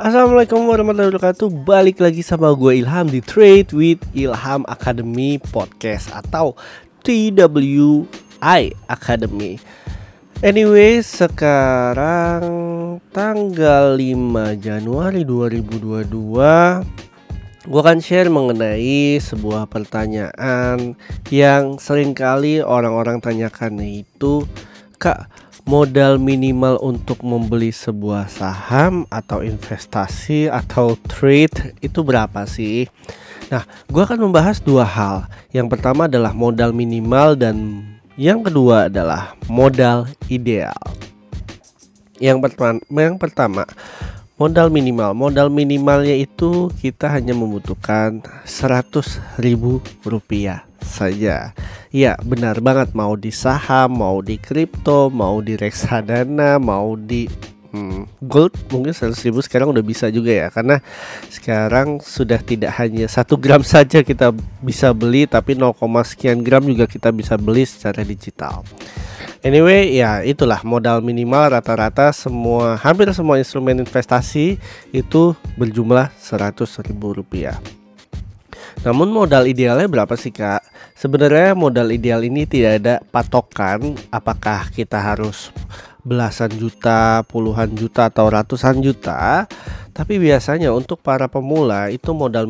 Assalamualaikum warahmatullahi wabarakatuh. Balik lagi sama gue Ilham di Trade with Ilham Academy Podcast atau TWI Academy. Anyway, sekarang tanggal 5 Januari 2022, gue akan share mengenai sebuah pertanyaan yang seringkali orang-orang tanyakan, yaitu, Kak, modal minimal untuk membeli sebuah saham atau investasi atau trade itu berapa sih? Nah, gue akan membahas dua hal. Yang pertama adalah modal minimal dan yang kedua adalah modal ideal. Yang pertama modal minimal. Modal minimalnya itu kita hanya membutuhkan 100.000 rupiah saja. Ya, benar banget, mau di saham, mau di kripto, mau di reksadana, mau di gold. Mungkin 100.000 sekarang udah bisa juga ya, karena sekarang sudah tidak hanya 1 gram saja kita bisa beli, tapi 0, sekian gram juga kita bisa beli secara digital. Anyway, ya itulah modal minimal rata-rata hampir semua instrumen investasi itu berjumlah 100.000 rupiah. Namun modal idealnya berapa sih, Kak? Sebenarnya modal ideal ini tidak ada patokan apakah kita harus belasan juta, puluhan juta, atau ratusan juta. Tapi biasanya untuk para pemula itu modal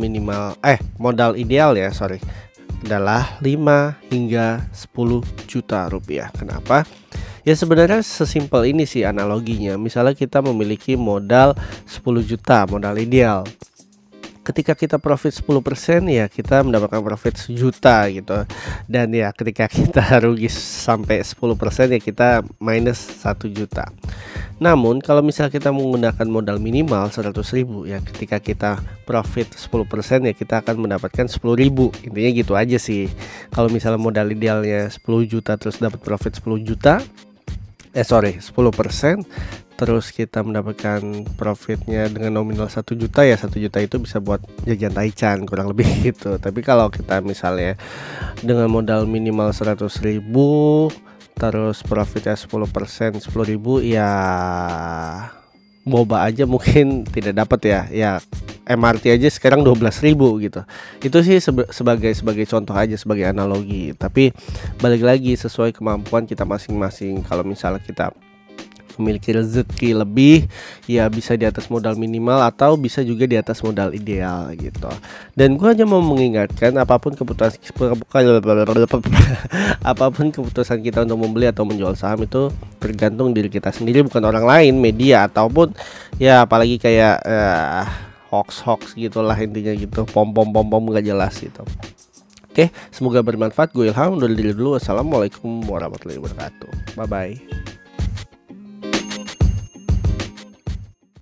ideal adalah 5 hingga 10 juta rupiah. Kenapa? Ya sebenarnya sesimpel ini sih analoginya. Misalnya kita memiliki modal 10 juta, modal ideal. Ketika kita profit 10%, ya kita mendapatkan profit 1 juta gitu. Dan ya ketika kita rugi sampai 10%, ya kita minus 1 juta. Namun kalau misal kita menggunakan modal minimal 100.000, ya ketika kita profit 10%, ya kita akan mendapatkan 10.000. Intinya gitu aja sih. Kalau misalnya modal idealnya 10 juta terus dapat profit 10%, terus kita mendapatkan profitnya dengan nominal 1 juta, ya 1 juta itu bisa buat jajan taichan kurang lebih gitu. Tapi kalau kita misalnya dengan modal minimal 100.000 terus profitnya 10%, 10.000, ya boba aja mungkin tidak dapat ya MRT aja sekarang 12.000 gitu. Itu sih sebagai contoh aja, sebagai analogi. Tapi balik lagi sesuai kemampuan kita masing-masing. Kalau misalnya kita memiliki rezeki lebih, ya bisa di atas modal minimal atau bisa juga di atas modal ideal gitu. Dan gue hanya mau mengingatkan, apapun keputusan kita untuk membeli atau menjual saham itu tergantung diri kita sendiri, bukan orang lain, media, ataupun ya apalagi kayak hoax gitulah, intinya gitu, pom gak jelas gitu. Oke, semoga bermanfaat. Gue Ilham, undur diri dulu. Assalamualaikum warahmatullahi wabarakatuh. Bye bye.